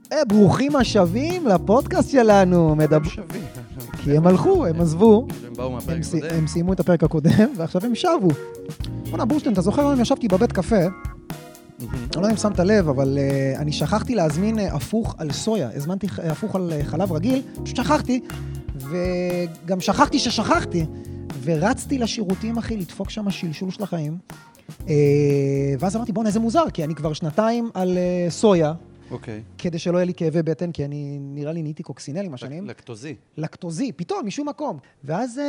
ברוכים השבים לפודקאסט שלנו. שבים. כי הם הלכו, הם עזבו. הם באו מהפרק הקודם. הם סיימו את הפרק הקודם, ועכשיו הם שבו. בוא'נה, בורשטיין, אתה זוכר היום ישבתי בבית קפה? אני לא יודע אם שמת לב, אבל אני שכחתי להזמין הפוך על סויה. הזמנתי הפוך על חלב רגיל, פשוט שכחתי, וגם שכחתי, ורצתי לשירותים, אחי, לדפוק שם השלשול של החיים. ואז אמרתי, בוא'נה, איזה מוזר, כי אני כבר שנתיים על סויה, כדי שלא יהיה לי כאבי בטן, כי אני נראה לי נהייתי קוקסינל עם השנים. לקטוזי, פתאום, משום מקום. ואז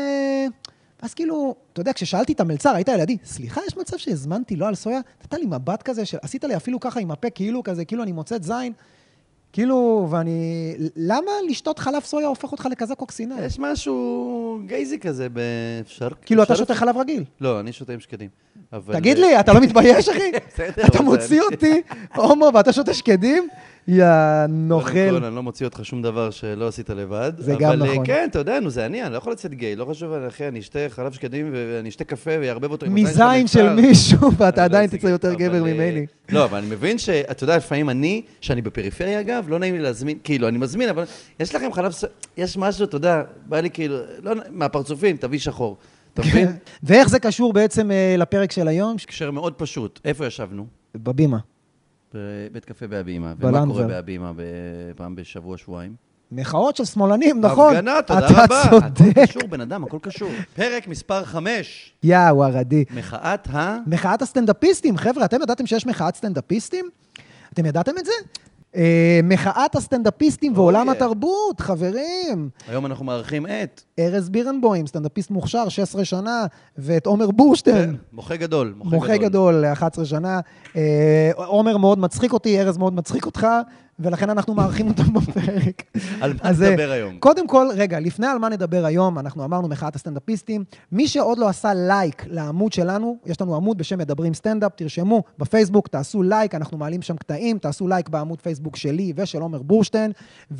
כאילו, אתה יודע, כששאלתי את המלצר, היית ילדי, סליחה, יש מצב שהזמנתי לא על סויה? נתת לי מבט כזה, עשית לי אפילו ככה עם הפה, כאילו כזה, כאילו אני מוצאת זין, כאילו, ואני... למה לשתות חלב סויה הופך אותך לכזה קוקסינל? יש משהו גייזי כזה, אפשר... כאילו, אתה שותה חלב רגיל? לא, אני שותה עם שקדים. תגיד לי, אתה לא מתבייש, אחי? אתה מוציא אותי, הומו, ואתה שותה שקדים? יא נוכל. אני לא מוציא אותך שום דבר שלא עשית לבד. זה גם נכון. אבל כן, אתה יודע, זה אני לא יכול לצאת גיי, לא חשוב, אחי, אני אשתה חלב שקדים ואני אשתה קפה ויערבב אותו. מזין של מישהו, ואתה עדיין תצא יותר גבר ממני. לא, אבל אני מבין שאתה יודע, לפעמים שאני בפריפריה, אגב, לא נעים לי להזמין, כאילו, אני מזמין, אבל יש לכם חלב, יש משהו, אתה יודע, בא לי כאילו, מהפרצופים, תביא שחור. אתה מבין? ואיך זה קשור בעצם לפרק של היום? קשר מאוד פשוט. איפה ישבנו? בבימה. בבית קפה בהבימה. ומה קורה בהבימה פעם בשבוע, שבועיים? מחאות של שמאלנים, נכון? הפגנה, תודה רבה. אתה צודק. הכל קשור, בן אדם, הכל קשור. פרק מספר 5. יאו, הרדי. מחאת הסטנדאפיסטים. חבר'ה, אתם ידעתם שיש מחאת סטנדאפיסטים? אתם ידעתם את זה? מחאת הסטנדאפיסטים ועולם התרבות, חברים. היום אנחנו מארחים את ארז בירנבוים, סטנדאפיסט מוכשר, 16 שנה, ואת עומר בורשטיין. מוחה גדול. מוחה גדול, 11 שנה. עומר מאוד מצחיק אותי, ארז מאוד מצחיק אותך, ולכן אנחנו מארחים אותם בפרק. על מה נדבר היום? קודם כל, רגע, לפני על מה נדבר היום, אנחנו אמרנו מחאת הסטנדאפיסטים. מי שעוד לא עשה לייק לעמוד שלנו, יש לנו עמוד בשם מדברים סטנדאפ, תרשמו בפייסבוק, תעשו לייק, אנחנו מעלים שם קטעים, תעשו לייק בעמוד פייסבוק שלי ושל עומר בורשטיין,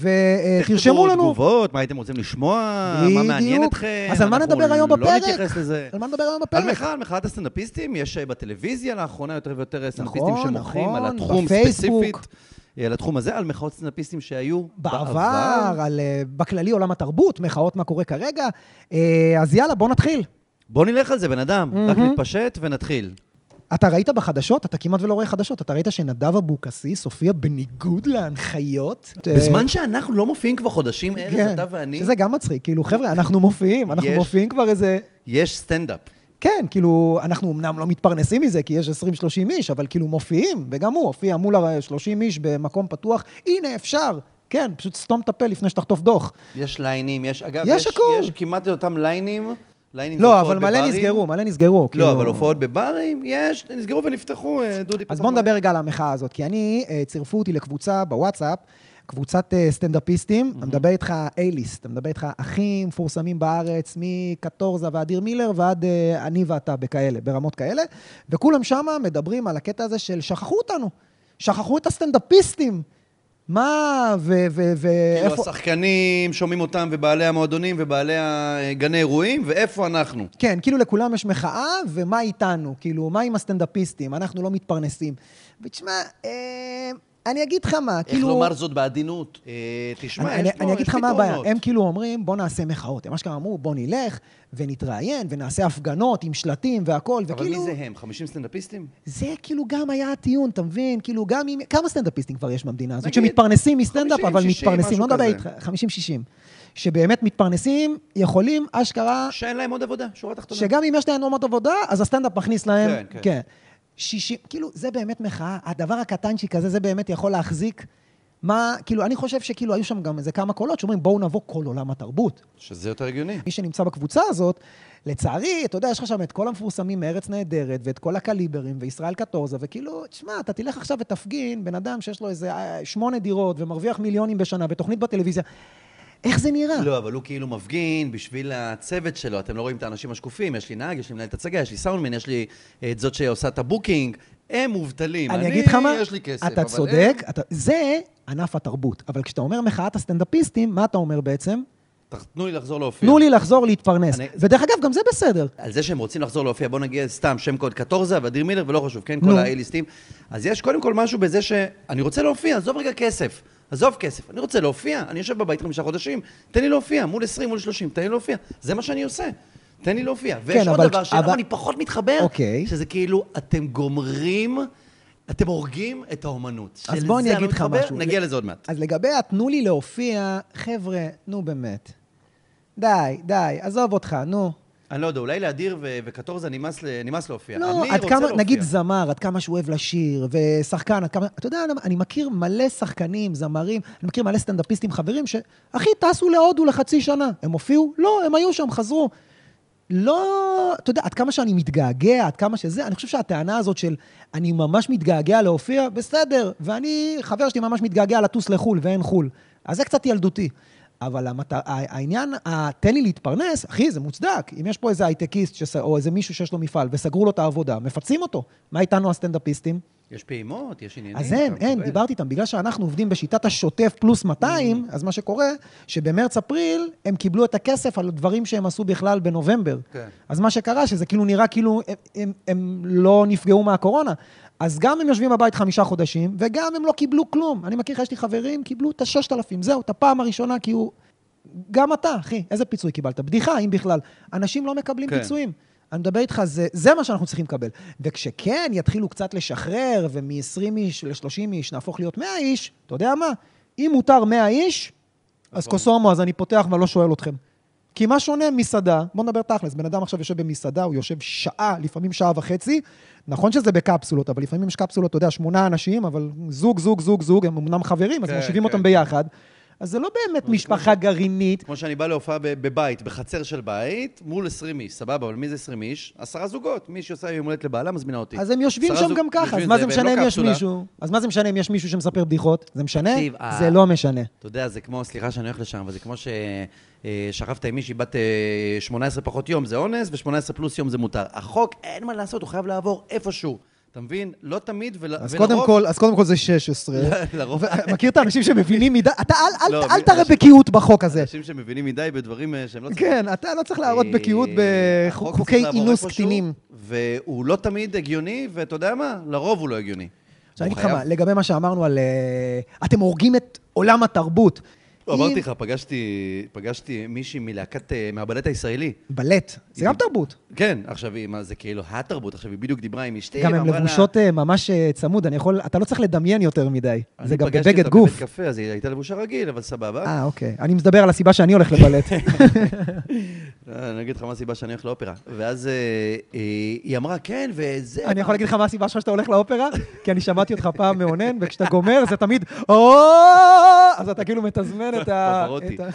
ותרשמו לנו. תגובות, מה הייתם רוצים לשמוע, מה מעניין אתכם. אז על מה נדבר היום בפרק? לא נתייחס לזה. על מה נדבר היום בפרק? על מחאת הסטנדאפיסטים, יש בטלוויזיה לאחרונה יותר ויותר סטנדאפיסטים שמוכרים על התחום ספציפית. לתחום הזה, על מחאות סטנדאפיסטים שהיו בעבר, בכללי עולם התרבות, מחאות מה קורה כרגע. אז יאללה, בוא נתחיל. בוא נלך על זה, בן אדם. רק נתפשט ונתחיל. אתה ראית בחדשות? אתה כמעט ולא רואה חדשות. אתה ראית שנדב אבוקסיס הופיע בניגוד להנחיות? בזמן שאנחנו לא מופיעים כבר חודשים, ארז, אתה ואני. שזה גם מצחיק. כאילו, חבר'ה, אנחנו מופיעים כבר איזה... יש סטנדאפ. כן, כאילו, אנחנו אמנם לא מתפרנסים מזה, כי יש 20-30 איש, אבל כאילו מופיעים, וגם הוא הופיע מול 30 איש במקום פתוח. הנה, אפשר. כן, פשוט סתום את הפה לפני שתחטוף דוח. יש ליינים, אגב, יש כמעט אותם ליינים. לא, אבל מלא נסגרו. לא, אבל הופעות בברים, נסגרו ונפתחו, דודי. אז בוא נדבר רגע על המחאה הזאת, כי צירפו אותי לקבוצה בוואטסאפ, קבוצת סטנדאפיסטים, אני מדבר איתך A-ליסט, אני מדבר איתך הכי מפורסמים בארץ, מקטורזה ואדיר מילר ועד אני ואתה בכאלה, ברמות כאלה, וכולם שם מדברים על הקטע הזה של שכחו אותנו, שכחו את הסטנדאפיסטים, מה כאילו השחקנים שומעים אותם ובעלי המועדונים ובעלי הגני אירועים, ואיפה אנחנו? כן, כאילו לכולם יש מחאה, ומה איתנו? כאילו, מה עם הסטנדאפיסטים? אנחנו לא מתפרנסים. ותשמע, אני אגיד לך מה, איך לומר זאת בעדינות? תשמע, אני אגיד לך מה הבעיה. הם כאילו אומרים, בוא נעשה מחאות. הם אשכרה אמרו, בוא נלך ונתראיין ונעשה הפגנות עם שלטים והכל. אבל מי זה הם? 50 סטנדאפיסטים? זה כאילו גם היה הטיעון, אתה מבין? כאילו גם כמה סטנדאפיסטים כבר יש במדינה הזאת? שמתפרנסים מסטנדאפ, אבל מתפרנסים, לא נדבר איתך, 50-60. שבאמת מתפרנסים, יכולים אשכרה... שאין להם עוד עבודה, שורה תחתונה. שגם אם יש להם עוד עבודה, אז הסטנדאפ מכניס להם... כן. 60, כאילו, זה באמת מחאה, הדבר הקטנצ'יק הזה, זה באמת יכול להחזיק, מה, כאילו, אני חושב שכאילו, היו שם גם איזה כמה קולות, שאומרים, בואו נבוא כל עולם התרבות. שזה יותר הגיוני. מי שנמצא בקבוצה הזאת, לצערי, אתה יודע, יש לך שם את כל המפורסמים מארץ נהדרת, ואת כל הקליברים, וישראל קטורזה, וכאילו, תשמע, אתה תלך עכשיו ותפגין, בן אדם שיש לו איזה 8 דירות, ומרוויח מיליונים בשנה, ותוכנית בטלוויזיה, איך זה נראה? לא, אבל הוא כאילו מפגין בשביל הצוות שלו. אתם לא רואים את האנשים השקופים. יש לי נהג, יש לי מנהלת הצגה, יש לי סאונדמן, יש לי את זאת שעושה את הבוקינג. הם מובטלים. אני אגיד לך מה? יש לי כסף. אתה צודק. זה ענף התרבות. אבל כשאתה אומר מחאת הסטנדאפיסטים, מה אתה אומר בעצם? תנו לי לחזור להופיע. תנו לי לחזור להתפרנס. ודרך אגב, גם זה בסדר. על זה שהם רוצים לחזור להופיע, בוא נגיע סתם שם קוד קטורזה ואדיר מילר, ולא חשוב, כן? כל האי-ליסטים. אז יש קודם כל משהו בזה שאני רוצה להופיע, עזוב רגע כסף. עזוב כסף, אני רוצה להופיע, אני יושב בבית 5 חודשים, תן לי להופיע, מול 20, מול 30, תן לי להופיע. זה מה שאני עושה. תן לי להופיע. ויש עוד דבר שלמה, אני פחות מתחבר, שזה כאילו, אתם הורגים את האומנות. אז בוא אני אגיד לך משהו. נגיע לזה עוד מעט. אז לגבי תנו לי להופיע, חבר'ה, נו באמת. די, עזוב אותך, נו. אני לא יודע, אולי להדיר וקטור זה נמאס להופיע. לא, עד כמה, נגיד זמר, עד כמה שהוא אוהב לשיר, ושחקן, עד כמה, אתה יודע, אני מכיר מלא שחקנים, זמרים, אני מכיר מלא סטנדאפיסטים חברים, אחי, טסו להודו לחצי שנה. הם הופיעו? לא, הם היו שם, חזרו. לא, אתה יודע, עד כמה שאני מתגעגע, עד כמה שזה, אני חושב שהטענה הזאת של אני ממש מתגעגע להופיע, בסדר, ואני, חבר שלי ממש מתגעגע לטוס לחול ואין חול. אז זה קצת ילדותי. אבל העניין, תן לי להתפרנס, אחי, זה מוצדק. אם יש פה איזה הייטקיסט או איזה מישהו שיש לו מפעל וסגרו לו את העבודה, מפצים אותו. מה איתנו הסטנדאפיסטים? יש פעימות, יש עניינים. אז אין, דיברתי איתם. בגלל שאנחנו עובדים בשיטת השוטף פלוס 200, אז מה שקורה, שבמרץ-אפריל הם קיבלו את הכסף על דברים שהם עשו בכלל בנובמבר. אז מה שקרה, שזה כאילו נראה כאילו הם לא נפגעו מהקורונה. אז גם הם יושבים בבית 5 חודשים, וגם הם לא קיבלו כלום. אני מכיר, יש לי חברים, קיבלו את 6,000. זהו, את הפעם הראשונה, כי הוא... גם אתה, אחי, איזה פיצוי קיבלת? בדיחה, אם בכלל. אנשים לא מקבלים פיצויים. אני מדבר איתך, זה מה שאנחנו צריכים לקבל. וכשכן יתחילו קצת לשחרר, ומ-20 איש ל-30 איש נהפוך להיות 100 איש, אתה יודע מה? אם מותר 100 איש, אז קוסומו, אז אני פותח ולא שואל אתכם. כי מה שונה מסעדה? בוא נדבר תכלס, בן אדם עכשיו יושב במסעדה, הוא יושב שעה, לפעמים שעה וחצי, נכון שזה בקפסולות, אבל לפעמים יש קפסולות, אתה יודע, 8 אנשים, אבל זוג, הם אמנם חברים, אז מושיבים אותם ביחד. אז זה לא באמת משפחה גרעינית. כמו שאני בא להופעה בבית, בחצר של בית, מול 20 איש, סבבה, אבל מי זה 20 איש? 10 זוגות, מי שעושה יום הולדת לבעלה מזמינה אותי. אז הם יושבים שם גם ככה, אז מה זה משנה אם יש מישהו? אז מה זה משנה אם יש מישהו שמספר בדיחות? זה משנה? זה לא משנה. אתה יודע, זה כמו, סליחה שאני הולך לשם, אבל זה כמו ששכבת עם מישהי בת 18 פחות יום זה אונס, ו18 פלוס יום זה מותר. החוק, אין מה לעשות, הוא חייב לעבור איפשהו. אתה מבין? לא תמיד אז קודם כל זה 16. מכיר את האנשים שמבינים מדי? אתה אל תראה בקיאות בחוק הזה. אנשים שמבינים מדי בדברים שהם לא צריכים. כן, אתה לא צריך להראות בקיאות בחוקי אינוס קטינים. והוא לא תמיד הגיוני, ואתה יודע מה? לרוב הוא לא הגיוני. אני אגיד לך מה, לגבי מה שאמרנו על... אתם הורגים את עולם התרבות. אמרתי לך, פגשתי מישהי מהבלט הישראלי. בלט, זה גם תרבות. כן, עכשיו זה כאילו התרבות, עכשיו היא בדיוק דיברה עם אשתי. גם הן לבושות ממש צמוד, אתה לא צריך לדמיין יותר מדי. זה גם בבגד גוף. אני פגשתי אותה בבית קפה, אז היא הייתה לבושה רגיל, אבל סבבה. אוקיי. אני מדבר על הסיבה שאני הולך לבלט. אני אגיד לך מה הסיבה שאני הולך לאופרה. ואז היא אמרה, כן, וזה... אני יכול להגיד לך מה הסיבה שאתה הולך לאופרה? כי אני שמעתי אותך פעם מעונן, וכשאתה גומר זה תמיד, אז אתה כאילו מתזמן את ה...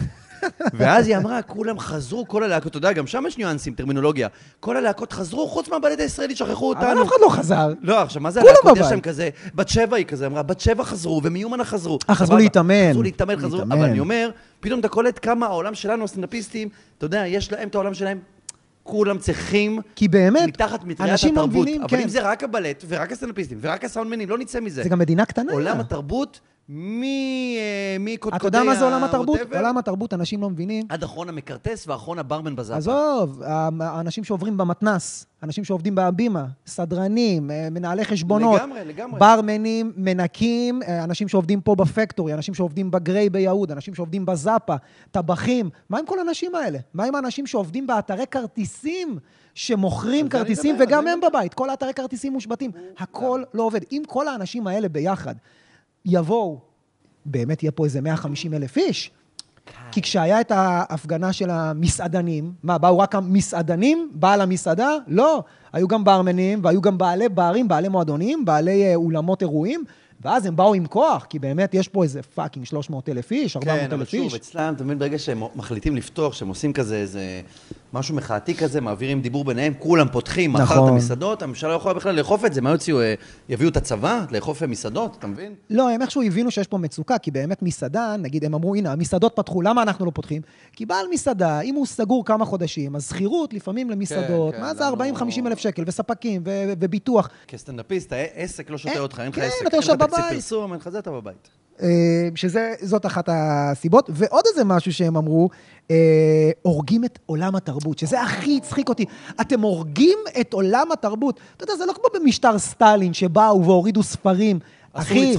ואז היא אמרה, כולם חזרו, כל הלהקות, אתה יודע, גם שם יש ניואנסים, טרמינולוגיה. כל הלהקות חזרו, חוץ מהבלט הישראלי, שכחו אותנו. אבל אף אחד לא חזר. לא, עכשיו, מה זה הלהקות? יש שם כזה, בת 7 היא כזה, אמרה, בת 7 חזרו, ומיומנה חזרו. חזרו להתאמן. חזרו, אבל אני אומר, פתאום אתה קולט כמה העולם שלנו, הסטנדאפיסטים, אתה יודע, יש להם את העולם שלהם, כולם צריכים, כי באמת, מתחת מטריית התרבות. אבל אם זה רק הבלט, ורק הסטנדאפיסטים, ורק הסאונדמנים, לא נצא מזה. זה גם מדינה קטנה. עולם התרבות, מקודקודי... אתה יודע מה זה עולם התרבות? עולם התרבות, אנשים לא מבינים. עד אחרון המקרטס ואחרון הברמן בזאפה. עזוב, האנשים שעוברים במתנס, אנשים שעובדים בהבימה, סדרנים, מנהלי חשבונות, לגמרי. ברמנים, מנקים, אנשים שעובדים פה בפקטורי, אנשים שעובדים בגריי ביהוד, אנשים שעובדים בזאפה, טבחים. מה עם כל האנשים האלה? מה עם האנשים שעובדים באתרי כרטיסים, שמוכרים כרטיסים וגם הם בבית? כל האתרי כרטיסים מושבתים. הכל לא עובד. אם כל האנשים האלה ביחד יבואו, באמת יהיה פה איזה 150,000 איש. כי כשהיה את ההפגנה של המסעדנים, מה, באו רק המסעדנים? בעל המסעדה? לא. היו גם ברמנים, והיו גם בעלי ברים, בעלי מועדונים, בעלי אולמות אירועים, ואז הם באו עם כוח, כי באמת יש פה איזה פאקינג 300,000 איש, 400,000 איש. כן, אבל שוב, אצלם, תמיד ברגע שהם מחליטים לפתוח, שהם עושים כזה איזה משהו מחאתי כזה, מעבירים דיבור ביניהם, כולם פותחים, מחר את המסעדות, הממשלה לא יכולה בכלל לאכוף את זה, מה יביאו את הצבא לאכוף מסעדות, אתה מבין? לא, הם איכשהו הבינו שיש פה מצוקה, כי באמת מסעדה, נגיד, הם אמרו, הנה, המסעדות פתחו, למה אנחנו לא פותחים? כי בעל מסעדה, אם הוא סגור כמה חודשים, אז שכירות לפעמים למסעדות, מה זה 40-50 אלף שקל, וספקים, וביטוח. כסטנדאפיסט, העסק לא שותה אותך, אין לך עסק, אתה יושב בבית. פרסום, אין לך זה, אתה בבית. שזאת אחת הסיבות, ועוד איזה משהו שהם אמרו, הורגים את עולם התרבות, שזה הכי הצחיק אותי. אתם הורגים את עולם התרבות. אתה יודע, זה לא כמו במשטר סטלין, שבאו והורידו ספרים. אסור לצחוק.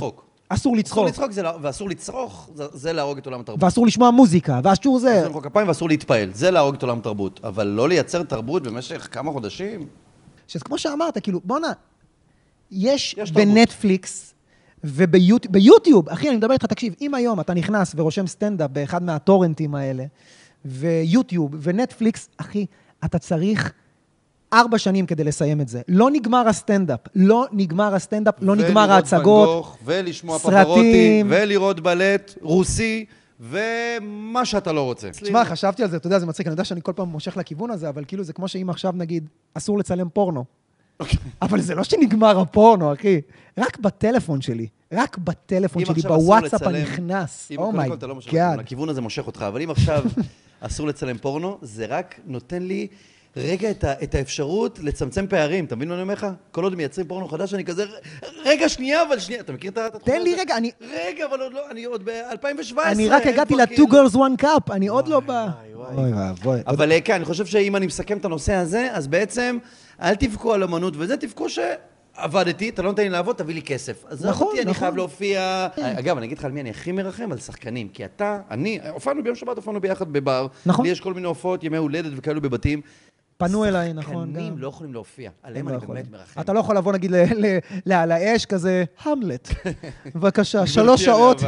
אסור לצחוק. ואסור לצרוך, זה להרוג את עולם התרבות. ואסור לשמוע מוזיקה, ואסור זה... אסור למחוא כפיים ואסור להתפעל, זה להרוג את עולם התרבות. אבל לא לייצר תרבות במשך כמה חודשים. שזה כמו שאמרת, כאילו, בוא'נה, יש בנטפליקס וביוטיוב, אחי, אני מדבר איתך, תקשיב, אם היום אתה נכנס ורושם סטנדאפ באחד מהטורנטים האלה, ויוטיוב ונטפליקס, אחי, אתה צריך 4 שנים כדי לסיים את זה. לא נגמר הסטנדאפ, לא נגמר ההצגות, ולשמוע פפרוטי, ולראות בלט רוסי, ומה שאתה לא רוצה. תשמע, חשבתי על זה, אתה יודע, זה מצחיק, אני יודע שאני כל פעם מושך לכיוון הזה, אבל כאילו זה כמו שאם עכשיו נגיד, אסור לצלם פורנו. אבל זה לא שנגמר הפורנו, אחי. רק בטלפון שלי, בוואטסאפ הנכנס. קודם כל אתה לא מושך לכיוון, הכיוון הזה מושך אותך, אבל אם עכשיו אסור לצלם פורנו, זה רק נותן לי רגע את האפשרות לצמצם פערים. אתה מבין מה אני אומר לך? כל עוד מייצרים פורנו חדש, אני כזה, רגע, שנייה, אתה מכיר את התחום הזה? תן לי רגע, רגע, אבל עוד לא, אני עוד ב-2017. אני רק הגעתי ל-2 girls 1 cup, אני עוד לא בא. וואי. אבל כן, אני חושב שאם אני מסכם את הנושא הזה, אז בעצם אל תבכו על אמנות וזה, תבכו שעבדתי, אתה לא נותן לי לעבוד, תביא לי כסף. אז אותי אני חייב להופיע. אגב, אני אגיד לך על מי אני הכי מרחם, על שחקנים, כי הופענו ביום שבת, הופענו ביחד בבר, לי יש כל מיני הופעות, ימי הולדת וכאלו בבתים. פנו אליי, נכון. שחקנים לא יכולים להופיע, עליהם אני באמת מרחם. אתה לא יכול לבוא, נגיד, על האש כזה, המלט. בבקשה, 3 שעות.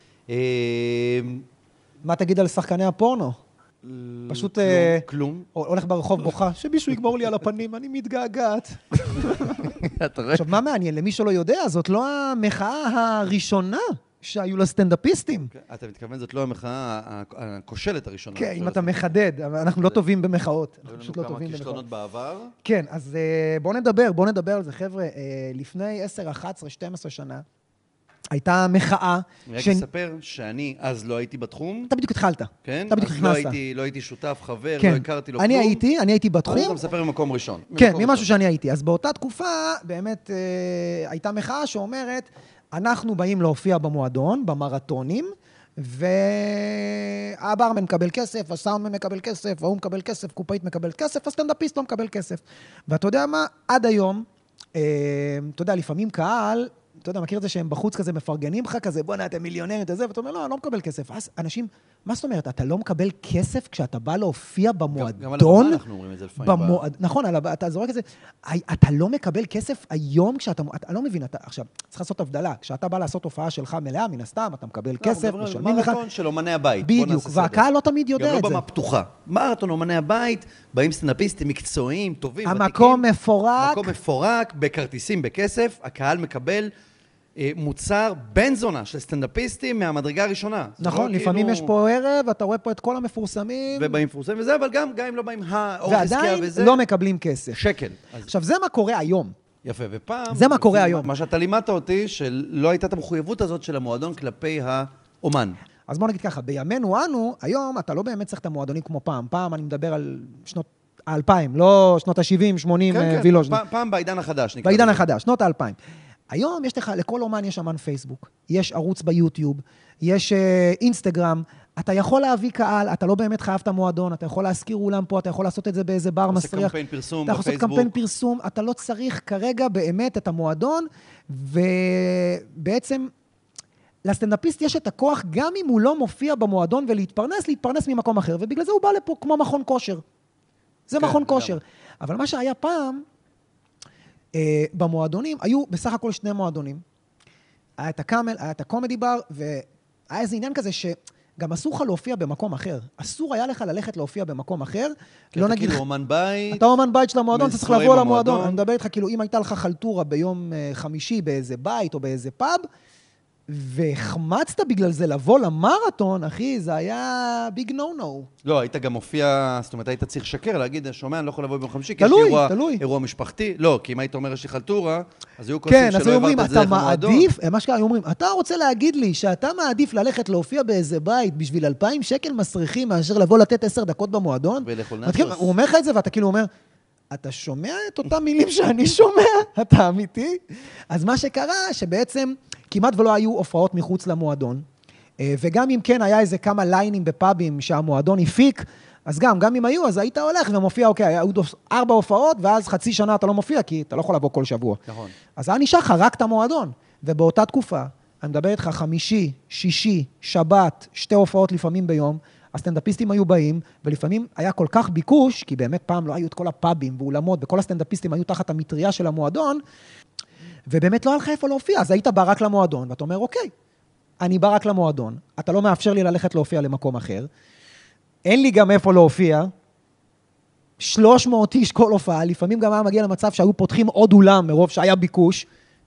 מה תגיד על שחקני הפורנו? פשוט... כלום. הולך ברחוב בוכה, שמישהו יגמור לי על הפנים, אני מתגעגעת. עכשיו, מה מעניין? למי שלא יודע, זאת לא המחאה הראשונה שהיו לסטנדאפיסטים. אתה מתכוון, זאת לא המחאה הכושלת הראשונה. כן, אם אתה מחדד, אנחנו לא טובים במחאות. פשוט לא טובים במחאות. כישלונות בעבר. כן, אז בוא נדבר על זה, חבר'ה. לפני 10, 11, 12 שנה, הייתה מחאה... אני רק אספר שאני אז לא הייתי בתחום. אתה בדיוק התחלת. כן? אתה בדיוק נכנסת. לא הייתי שותף, חבר, לא הכרתי לו כלום. אני הייתי בתחום. אז אתה מספר במקום ראשון. כן, ממשהו שאני הייתי. אז באותה תקופה, באמת, הייתה מחאה שאומרת, אנחנו באים להופיע במועדון, במרתונים, והברמן מקבל כסף, הסאונדמן מקבל כסף, והוא מקבל כסף, קופאית מקבל כסף, הסטנדאפיסט לא מקבל כסף. ואתה יודע מה? עד היום, אתה יודע, לפעמים קהל, אתה יודע, מכיר את זה שהם בחוץ כזה מפרגנים לך כזה, בוא נה, אתם מיליונרים, ואתה אומר, לא, אני לא מקבל כסף. אז אנשים, מה זאת אומרת? אתה לא מקבל כסף כשאתה בא להופיע במועדון? גם על הבמה אנחנו אומרים את זה לפעמים. נכון, אתה זורק את זה. אתה לא מקבל כסף היום כשאתה... אתה לא מבין, עכשיו, צריך לעשות הבדלה. כשאתה בא לעשות הופעה שלך מלאה, מן הסתם, אתה מקבל כסף, משלמים לך. מרתון של אומני הבית. בדיוק, והקהל לא תמיד יודע את זה. גם לא במה פתוחה. מרתון אומני הבית, באים סטנדאפיסטים מקצועיים, טובים, ותיקים. המקום מפורק. מקום מפורק, בכרטיסים, בכסף. הקהל מקבל מוצר בן זונה של סטנדאפיסטים מהמדרגה הראשונה. נכון, לפעמים יש פה ערב, אתה רואה פה את כל המפורסמים. ובאים מפורסמים וזה, אבל גם אם לא באים האורקסטריה וזה. ועדיין לא מקבלים כסף. שקל. עכשיו, זה מה קורה היום. יפה, ופעם... זה מה קורה היום. מה שאתה לימדת אותי, שלא הייתה את המחויבות הזאת של המועדון כלפי האומן. אז בוא נגיד ככה, בימינו אנו, היום אתה לא באמת צריך את המועדונים כמו פעם. פעם אני מדבר על שנות ה-2000, לא שנות ה-70, 80 וילוז'. פעם בעידן החדש. בעידן החדש, שנות ה-2000. היום יש לך, לכל אומן יש אמן פייסבוק, יש ערוץ ביוטיוב, יש אינסטגרם, אתה יכול להביא קהל, אתה לא באמת חייב את המועדון, אתה יכול להזכיר אולם פה, אתה יכול לעשות את זה באיזה בר מסריח. אתה עושה קמפיין פרסום בפייסבוק. אתה עושה קמפיין פרסום, אתה לא צריך כרגע באמת את המועדון, ובעצם לסטנדאפיסט יש את הכוח, גם אם הוא לא מופיע במועדון להתפרנס ממקום אחר, ובגלל זה הוא בא לפה כמו מכון כושר. זה מכון כושר. אבל מה שהיה פעם, במועדונים, היו בסך הכל 2 מועדונים. היה את הקאמל, היה את הקומדי בר, והיה איזה עניין כזה שגם אסור לך להופיע במקום אחר. אסור היה לך ללכת להופיע במקום אחר. כי אתה כאילו אומן בית. אתה אומן בית של המועדון, אתה צריך לבוא למועדון. אני מדבר איתך, כאילו, אם הייתה לך חלטורה ביום חמישי באיזה בית או באיזה פאב, והחמצת בגלל זה לבוא למרתון, אחי, זה היה ביג נו-נו. לא, היית גם מופיע, זאת אומרת, היית צריך שקר, להגיד, שומע, אני לא יכול לבוא ביום חמישי, כי יש לי אירוע משפחתי. לא, כי אם היית אומר, יש לי חלטורה, אז היו כוסים שלא העברת את זה איך המועדון. מה שקרה, היו אומרים, אתה רוצה להגיד לי שאתה מעדיף ללכת להופיע באיזה בית בשביל 2,000 שקל מסריחים, מאשר לבוא לתת 10 דקות במועדון? הוא אומר לך את זה, ואתה כאילו אומר, אתה שומע את אותם מילים שאני שומע? אתה אמיתי? אז מה שקרה, שבעצם כמעט ולא היו הופעות מחוץ למועדון, וגם אם כן היה איזה כמה ליינים בפאבים שהמועדון הפיק, אז גם אם היו, אז היית הולך ומופיע, אוקיי, היו 4 הופעות, ואז חצי שנה אתה לא מופיע, כי אתה לא יכול לבוא כל שבוע. נכון. אז היה נשאר לך רק את המועדון, ובאותה תקופה אני מדבר איתך חמישי, שישי, שבת, 2 הופעות לפעמים ביום, הסטנדאפיסטים היו באים, ולפעמים היה כל כך ביקוש, כי באמת פעם לא היו את כל הפאבים ואולמות, וכל הסטנדאפיסטים היו תחת המטריה של המועדון, ובאמת לא היה לך איפה להופיע, אז היית בא רק למועדון, ואתה אומר, אוקיי, אני בא רק למועדון, אתה לא מאפשר לי ללכת להופיע למקום אחר, אין לי גם איפה להופיע, 300 איש כל הופעה, לפעמים גם היה מגיע למצב שהיו פותחים עוד אולם מרוב שהיה ביקוש,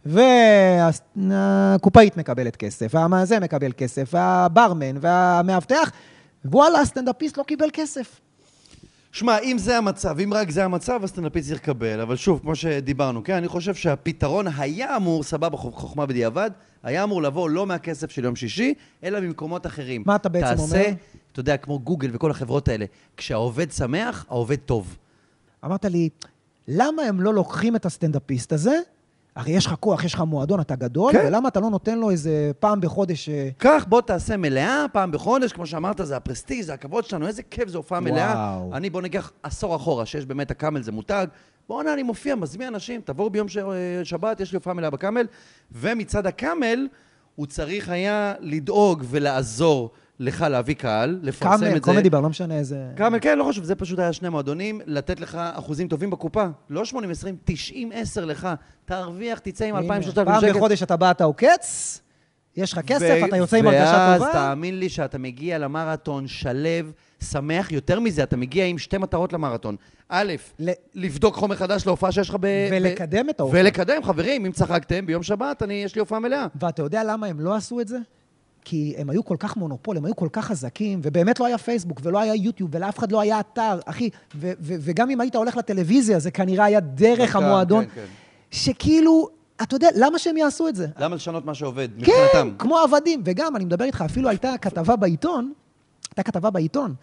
והקופאית מקבלת כסף, והמאזה מקבל כסף, והברמן, והמאבטח, וואלה, הסטנדאפיסט לא קיבל כסף. שמע, אם זה המצב, אם רק זה המצב, הסטנדאפיסט צריך לקבל, אבל שוב, כמו שדיברנו, כן, אני חושב שהפתרון היה אמור, סבבה, חוכמה בדיעבד, היה אמור לבוא לא מהכסף של יום שישי, אלא ממקומות אחרים. מה אתה בעצם אומר? אתה יודע, כמו גוגל וכל החברות האלה, כשהעובד שמח, העובד טוב. אמרת לי, למה הם לא לוקחים את הסטנדאפיסט הזה? הרי יש לך כוח, יש לך מועדון, אתה גדול, כן. ולמה אתה לא נותן לו איזה פעם בחודש... כך, בוא תעשה מלאה, פעם בחודש, כמו שאמרת, זה הפרסטיז, זה הכבוד שלנו, איזה כיף זה הופעה מלאה. אני בוא ניקח עשור אחורה, שיש באמת הקאמל, זה מותג, בוא אני מופיע, מזמין אנשים, תבואו ביום שבת, יש לי הופעה מלאה בקאמל, ומצד הקאמל, הוא צריך היה לדאוג ולעזור לך להביא קהל, לפרסם את זה. קומדי בר, לא משנה איזה... קאמל, כן, לא חשוב, זה פשוט היה 2 מועדונים, לתת לך אחוזים טובים בקופה, לא 80-20, 90-10 לך, תרוויח, תצא עם 2,000-3,000 שקל. פעם בחודש אתה בא, אתה עוקץ, יש לך כסף, אתה יוצא עם הרגשה טובה. ואז תאמין לי שאתה מגיע למרתון שלב, שמח יותר מזה, אתה מגיע עם 2 מטרות למרתון. א', לבדוק חומר חדש להופעה שיש לך ולקדם את ההופעה. ולקדם, חברים, אם צחקתם, ביום שבת יש לי הופעה מלאה. ואתה יודע למה הם לא עשו את זה? כי הם היו כל כך מונופול, הם היו כל כך חזקים, ובאמת לא היה פייסבוק, ולא היה יוטיוב, ולאף אחד לא היה אתר, אחי, וגם אם היית הולך לטלוויזיה, זה כנראה היה דרך המועדון, שכאילו, אתה יודע, למה שהם יעשו את זה? למה לשנות מה שעובד, מבחינתם? כן, כמו עבדים, וגם, אני מדבר איתך, אפילו הייתה כתבה בעיתון,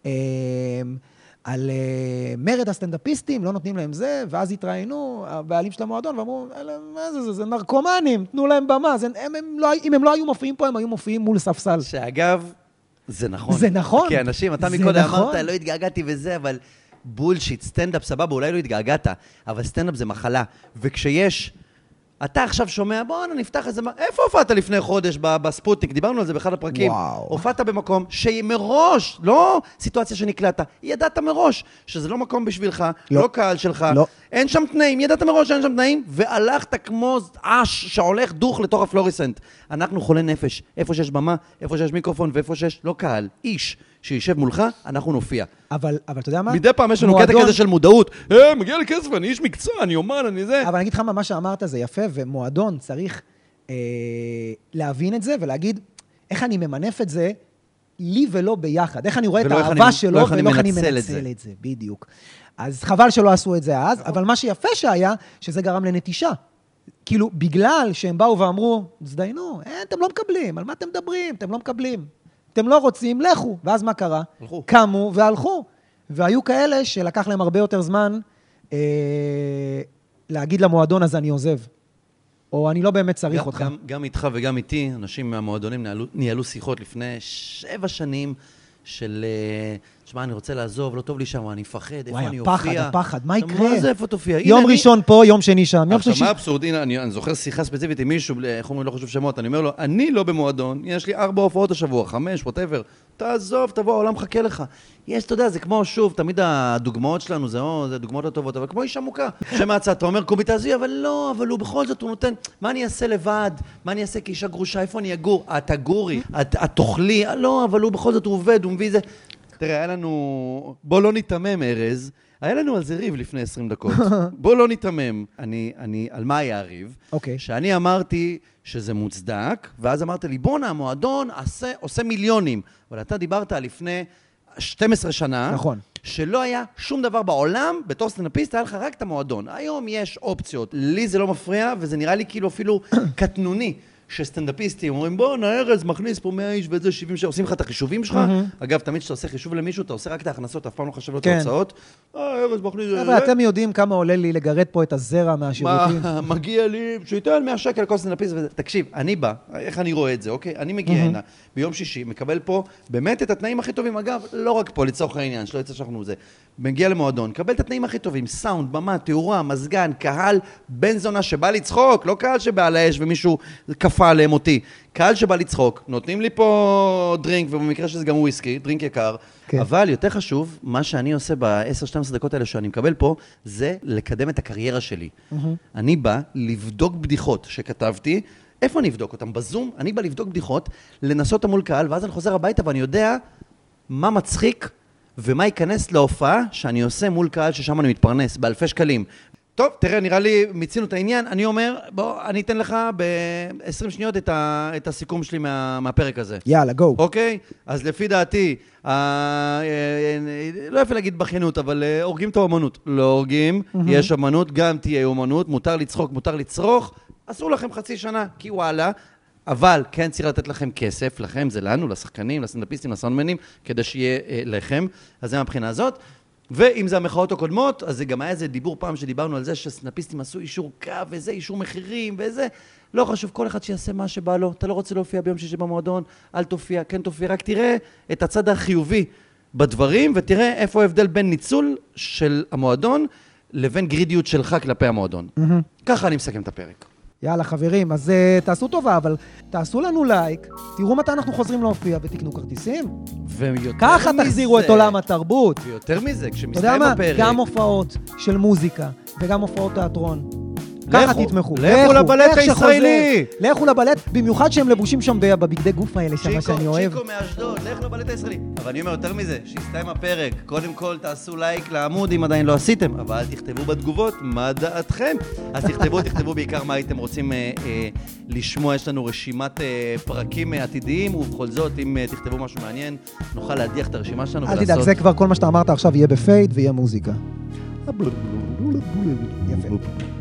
על מרד הסטנדאפיסטים, לא נותנים להם זה, ואז התראינו, הבעלים של המועדון, ואמרו, מה זה, זה נרקומנים, תנו להם במה, אם הם לא היו מופיעים פה, הם היו מופיעים מול ספסל. שאגב, זה נכון. זה נכון. כי אנשים, אתה מקודם אמרת, לא התגעגעתי וזה, אבל בולשיט, סטנדאפ סבבה, אולי לא התגעגעת, אבל סטנדאפ זה מחלה, וכשיש... אתה עכשיו שומע, בוא נפתח איזה... איפה הופעת לפני חודש בספוטניק? דיברנו על זה באחד הפרקים. הופעת במקום שמראש, לא סיטואציה שנקלטת, ידעת מראש שזה לא מקום בשבילך, לא קהל שלך, אין שם תנאים, ידעת מראש שאין שם תנאים, והלכת כמו אש שהולך דוך לתוך הפלוריסנט. אנחנו חולי נפש, איפה שיש במה, איפה שיש מיקרופון, ואיפה שיש לא קהל, איש שישב מולך, אנחנו נופיע. אבל אתה יודע מה? מדי פעם יש לנו קטע כזה של מודעות. מגיע לי כסף, אני איש מקצוע, אני אומן, אני זה. אבל אני אגיד לך מה שאמרת זה יפה, ומועדון צריך להבין את זה ולהגיד, איך אני ממנף את זה לי ולא ביחד. איך אני רואה את האהבה שלו ולא איך אני מנצל את זה. בדיוק. אז חבל שלא עשו את זה אז, אבל מה שיפה שהיה, שזה גרם לנטישה. כאילו, בגלל שהם באו ואמרו, זדיינו, אתם לא מקבלים, על מה אתם מדברים? אתם לא מקבלים. אתם לא רוצים, לכו. ואז מה קרה? קמו והלכו. והיו כאלה שלקח להם הרבה יותר זמן להגיד למועדון, אז אני עוזב. או אני לא באמת צריך אותך. גם איתך וגם איתי, אנשים מהמועדונים ניהלו שיחות לפני 7 שנים של, תשמע, אני רוצה לעזוב, לא טוב לי שם, אני מפחד, איפה אני אופיע? הפחד, מה יקרה? מה זה, איפה תופיע? יום ראשון פה, יום שני שם. עכשיו, מה אבסורד? הנה, אני זוכר שיחה ספציפית עם מישהו, איך אומרים, לא חושב שמות, אני אומר לו, אני לא במועדון, יש לי 4 הופעות השבוע, 5, whatever, תעזוב, תבוא, העולם מחכה לך. יש, אתה יודע, זה כמו, שוב, תמיד הדוגמאות שלנו, זה דוגמאות הטובות, אבל כמו איש עמוקה, שמעצה, אתה אומר, קומי תעזבי, אבל לא, אבל הוא בכל זאת, הוא נותן, מה אני אעשה לבד? מה אני אעשה כאישה גרושה? איפה אני אגור? את תגורי, את תאכלי? לא, אבל הוא בכל זאת, הוא עובד, הוא מביא זה. תראה, היה לנו, בוא לא ניתמם, ארז, היה לנו על זה ריב לפני 20 דקות. בוא לא ניתמם. על מה היה הריב? שאני אמרתי שזה מוצדק, ואז אמרת לי, בוא המועדון עושה מיליונים. אבל אתה דיברת לפני 12 שנה, נכון. שלא היה שום דבר בעולם, בתור סטנדאפיסט היה לך רק את המועדון. היום יש אופציות. לי זה לא מפריע, וזה נראה לי כאילו אפילו קטנוני. שסטנדאפיסטים אומרים, בוא, ארז, מכניס פה 100 איש וזה 70 שעושים לך את החישובים שלך. אגב, תמיד שאתה עושה חישוב למישהו, אתה עושה רק את ההכנסות, אף פעם לא חשב לו את ההוצאות. ארז, מכניס... אבל אתם יודעים כמה עולה לי לגרד פה את הזרע מהשירותים. מגיע לי, שייתן 100 שקל כל סטנדאפיסט וזה. תקשיב, אני בא, איך אני רואה את זה, אוקיי? אני מגיע הנה, ביום שישי, מקבל פה באמת את התנאים הכי טובים. אגב, לא רק פה, לצורך העניין, שלא יצא שאנחנו זה. מגיע למועדון, קבל את התנאים הכי טובים, סאונד, במה, תאורה, מזגן, קהל, בן זונה שבא לצחוק, לא קהל שבא על האש ומישהו קפא כפה עליהם אותי. קהל שבא לצחוק, נותנים לי פה דרינק, ובמקרה שזה גם וויסקי, דרינק יקר, אבל יותר חשוב, מה שאני עושה ב-10-12 דקות האלה שאני מקבל פה, זה לקדם את הקריירה שלי. אני בא לבדוק בדיחות שכתבתי, איפה אני אבדוק אותם? בזום? אני בא לבדוק בדיחות, לנסות אותם מול קהל, ואז אני חוזר הביתה ואני יודע מה מצחיק ומה ייכנס להופעה שאני עושה מול קהל ששם אני מתפרנס, באלפי שקלים. טוב, תראה, נראה לי מיצינו את העניין. אני אומר, בוא, אני אתן לך ב-20 שניות את הסיכום שלי מהפרק הזה. יאללה, גו. אוקיי? אז לפי דעתי, לא יפה להגיד בכיינות, אבל הורגים את האומנות. לא הורגים, יש אמנות, גם תהיה אומנות, מותר לצחוק, מותר לצרוך. אסור לכם חצי שנה, כי וואלה, אבל כן צריך לתת לכם כסף, לכם זה לנו, לשחקנים, לסטנדאפיסטים, לסאונדמנים, כדי שיהיה לכם. אז זה מהבחינה הזאת. ואם זה המחאות הקודמות, אז זה גם היה איזה דיבור פעם שדיברנו על זה שסטנדאפיסטים עשו אישור קו וזה, אישור מחירים וזה. לא חשוב, כל אחד שיעשה מה שבא לו. אתה לא רוצה להופיע ביום שישי במועדון, אל תופיע, כן תופיע, רק תראה את הצד החיובי בדברים, ותראה איפה ההבדל בין ניצול של המועדון לבין גרידיות שלך כלפי המועדון. ככה אני מסכם את הפרק. יאללה חברים, אז תעשו טובה, אבל תעשו לנו לייק, תראו מתי אנחנו חוזרים להופיע ותקנו כרטיסים. ככה תחזירו את עולם התרבות. ויותר מזה, כשמסתיים הפרק... אתה יודע מה? גם הופעות של מוזיקה וגם הופעות תיאטרון. ככה תתמכו. לכו לבלט הישראלי. לכו לבלט, במיוחד שהם לבושים שם בבגדי גוף האלה, שם שאני אוהב. צ'יקו מאשדוד, לך לבלט הישראלי. אבל אני אומר יותר מזה, שיסתיים הפרק, קודם כל תעשו לייק לעמוד אם עדיין לא עשיתם, אבל תכתבו בתגובות מה דעתכם. אז תכתבו בעיקר מה הייתם רוצים לשמוע. יש לנו רשימת פרקים עתידיים, ובכל זאת, אם תכתבו משהו מעניין, נוכל להדיח את הרשימה שלנו אל תדאג, זה כבר כל מה שאתה אמרת עכשיו יהיה בפייד ויהיה מוזיקה. יפה.